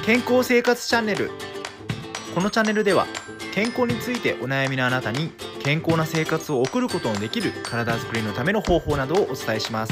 健康生活チャンネル。このチャンネルでは健康についてお悩みのあなたに健康な生活を送ることのできる体づくりのための方法などをお伝えします。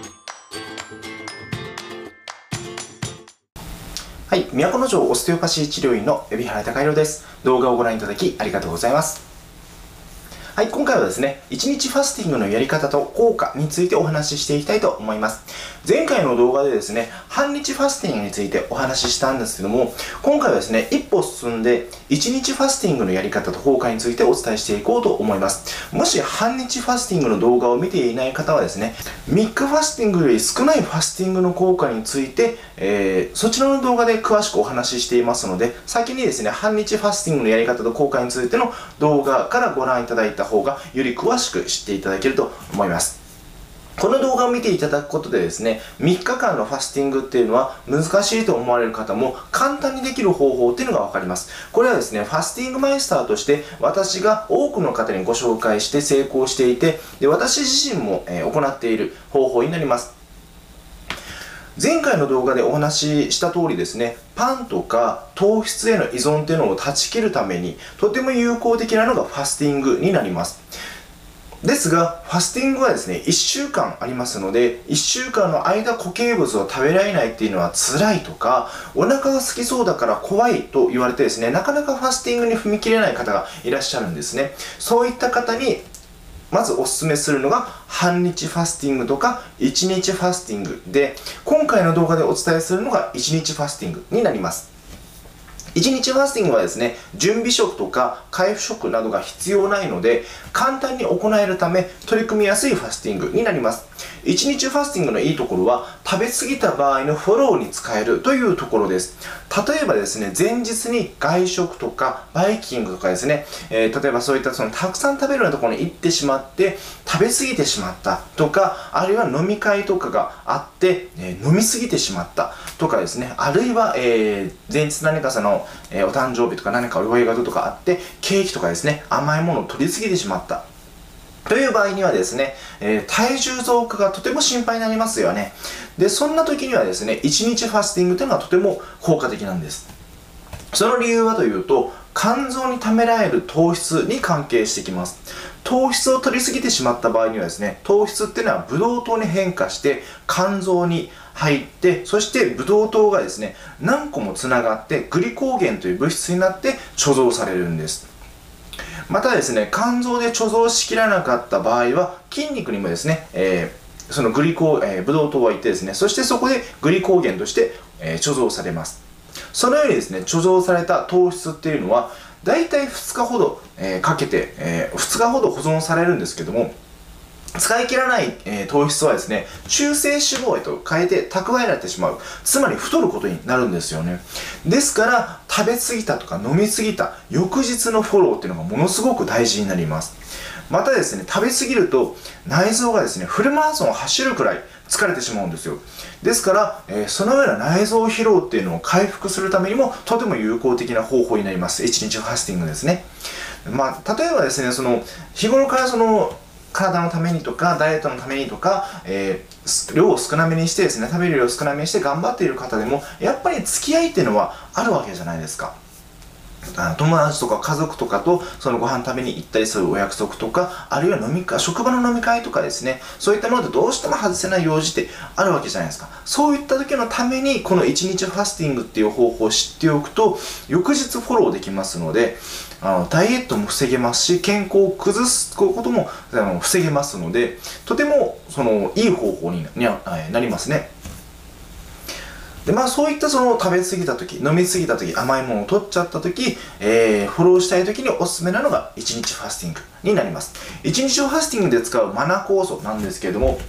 はい、都城オステオパシー治療院の海老原貴弘です。動画をご覧いただきありがとうございます。はい、今回はですね、1日ファスティングのやり方と効果についてお話ししていきたいと思います。前回の動画でですね、半日ファスティングについてお話ししたんですけども、今回はですね、一歩進んで1日ファスティングのやり方と効果についてお伝えしていこうと思います。もし半日ファスティングの動画を見ていない方はですね、3日ファスティングより少ないファスティングの効果について、そちらの動画で詳しくお話ししていますので、先にですね、半日ファスティングのやり方と効果についての動画からご覧いただいた方がより詳しく知っていただけると思います。この動画を見ていただくことでですね、3日間のファスティングっていうのは難しいと思われる方も簡単にできる方法っていうのが分かります。これはですね、ファスティングマイスターとして私が多くの方にご紹介して成功していて、で私自身も行っている方法になります。前回の動画でお話しした通りですね、パンとか糖質への依存っていうのを断ち切るためにとても有効的なのがファスティングになります。ですが、ファスティングはですね、1週間ありますので、1週間の間固形物を食べられないっていうのは辛いとか、お腹が空きそうだから怖いと言われてですね、なかなかファスティングに踏み切れない方がいらっしゃるんですね。そういった方にまずおすすめするのが半日ファスティングとか1日ファスティングで、今回の動画でお伝えするのが1日ファスティングになります。1日ファスティングはですね、準備食とか回復食などが必要ないので、簡単に行えるため取り組みやすいファスティングになります。1日ファスティングのいいところは、食べ過ぎた場合のフォローに使えるというところです。例えばですね、前日に外食とかバイキングとかですね、例えばそういったたくさん食べるようなところに行ってしまって食べ過ぎてしまったとか、あるいは飲み会とかがあって、飲み過ぎてしまったとかですね、あるいは、前日何かお誕生日とか何かお祝い事とかあってケーキとかですね、甘いものを取り過ぎてしまったという場合にはですね、体重増加がとても心配になりますよね。で、そんな時にはですね、1日ファスティングというのはとても効果的なんです。その理由はというと、肝臓に貯められる糖質に関係してきます。糖質を取りすぎてしまった場合にはですね、糖質っていうのはブドウ糖に変化して肝臓に入って、そしてブドウ糖がですね、何個もつながってグリコーゲンという物質になって貯蔵されるんです。またですね、肝臓で貯蔵しきらなかった場合は筋肉にもですね、そのブドウ糖はいってですね、そしてそこでグリコーゲンとして、貯蔵されます。そのようにですね、貯蔵された糖質っていうのはだいたい2日ほど、かけて、2日ほど保存されるんですけども、使い切らない、糖質はですね、中性脂肪へと変えて蓄えられてしまう。つまり太ることになるんですよね。ですから、食べ過ぎたとか飲み過ぎた翌日のフォローっていうのがものすごく大事になります。またですね、食べ過ぎると内臓がですね、フルマラソンを走るくらい疲れてしまうんですよ。ですから、そのような内臓疲労っていうのを回復するためにもとても有効的な方法になります。1日ファスティングですね。例えばですね、日頃から体のためにとかダイエットのためにとか、量を少なめにしてですね、食べる量を少なめにして頑張っている方でもやっぱり付き合いっていうのはあるわけじゃないですか。友達とか家族とかとご飯食べに行ったりするお約束とか、あるいは職場の飲み会とかですね、そういったものでどうしても外せない用事ってあるわけじゃないですか。そういった時のためにこの1日ファスティングっていう方法を知っておくと、翌日フォローできますので、ダイエットも防げますし、健康を崩すことも防げますので、とてもいい方法になりますね。で、そういった食べ過ぎた時、飲み過ぎた時、甘いものを取っちゃった時、フォローしたい時におすすめなのが1日ファスティングになります。1日ファスティングで使うマナ酵素なんですけれども、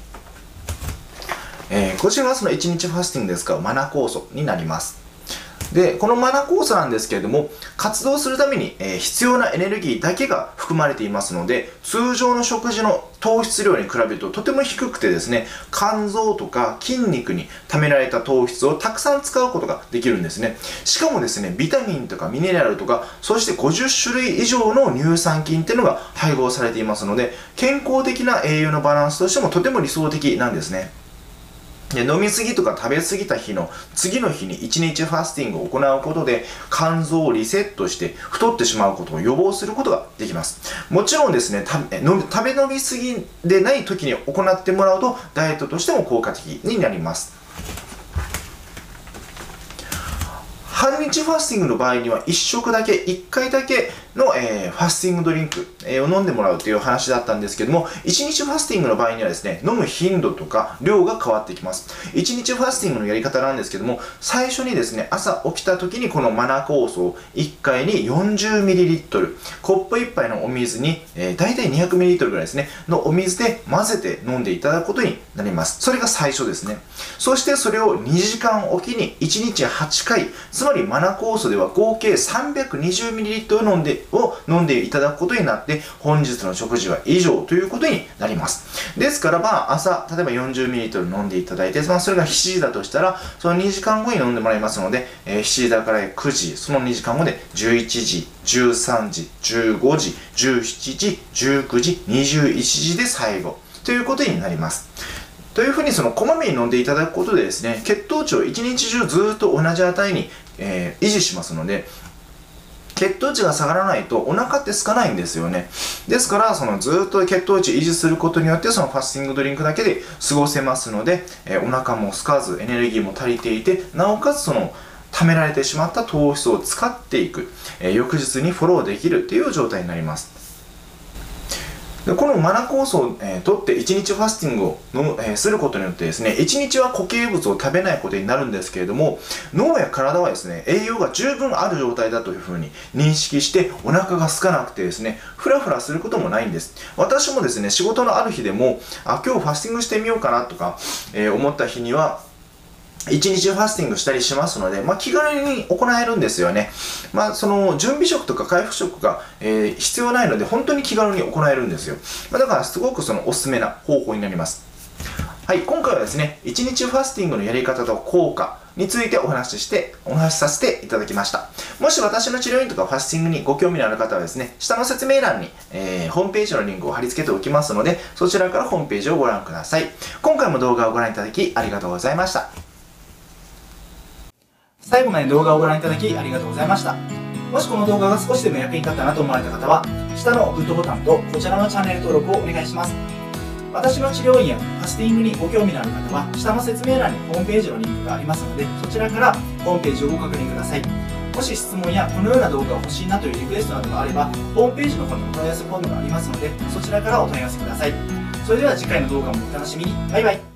こちらがその1日ファスティングで使うマナ酵素になります。で、このマナ酵素なんですけれども、活動するために、必要なエネルギーだけが含まれていますので、通常の食事の糖質量に比べるととても低くてですね、肝臓とか筋肉に貯められた糖質をたくさん使うことができるんですね。しかもですね、ビタミンとかミネラルとか、そして50種類以上の乳酸菌っていうのが配合されていますので、健康的な栄養のバランスとしてもとても理想的なんですね。 で、飲みすぎとか食べ過ぎた日の次の日に1日ファスティングを行うことで肝臓をリセットして太ってしまうことを予防することができます。もちろんですね、食べ飲みすぎでない時に行ってもらうとダイエットとしても効果的になります。半日ファスティングの場合には1食だけ、1回だけの、ファスティングドリンク、を飲んでもらうという話だったんですけども、1日ファスティングの場合にはですね、飲む頻度とか量が変わってきます。1日ファスティングのやり方なんですけども、最初にですね、朝起きた時にこのマナ酵素を1回に 40ml、コップ1杯のお水に、大体 200ml ぐらいですね、のお水で混ぜて飲んでいただくことになります。それが最初ですね。そしてそれを2時間おきに1日8回、つまりマナ酵素では合計 320ml を飲んでいただくことになって、本日の食事は以上ということになります。ですから、朝、例えば 40ml 飲んでいただいて、それが7時だとしたら、その2時間後に飲んでもらいますので、7時だから9時、その2時間後で11時、13時、15時、17時、19時、21時で最後ということになります。というふうにこまめに飲んでいただくことでですね、血糖値を一日中ずっと同じ値に、維持しますので、血糖値が下がらないとお腹って空かないんですよね。ですからずっと血糖値維持することによってファスティングドリンクだけで過ごせますので、お腹も空かずエネルギーも足りていて、なおかつ貯められてしまった糖質を使っていく、翌日にフォローできるという状態になります。でこのマナ酵素を、取って1日ファスティングをすることによってですね、1日は固形物を食べないことになるんですけれども、脳や体はですね、栄養が十分ある状態だというふうに認識して、お腹が空かなくてですね、フラフラすることもないんです。私もですね、仕事のある日でも、今日ファスティングしてみようかなとか、思った日には、1日ファスティングしたりしますので、気軽に行えるんですよね。準備食とか回復食が、必要ないので、本当に気軽に行えるんですよ。だからすごくおすすめな方法になります。はい、今回はですね、1日ファスティングのやり方と効果についてお話しさせていただきました。もし私の治療院とかファスティングにご興味のある方はですね、下の説明欄に、ホームページのリンクを貼り付けておきますので、そちらからホームページをご覧ください。今回も動画をご覧いただきありがとうございました。最後まで動画をご覧いただきありがとうございました。もしこの動画が少しでも役に立ったなと思われた方は、下のグッドボタンとこちらのチャンネル登録をお願いします。私の治療院やファスティングにご興味のある方は、下の説明欄にホームページのリンクがありますので、そちらからホームページをご確認ください。もし質問やこのような動画が欲しいなというリクエストなどがあれば、ホームページの方にお問い合わせフォームがありますので、そちらからお問い合わせください。それでは次回の動画もお楽しみに。バイバイ。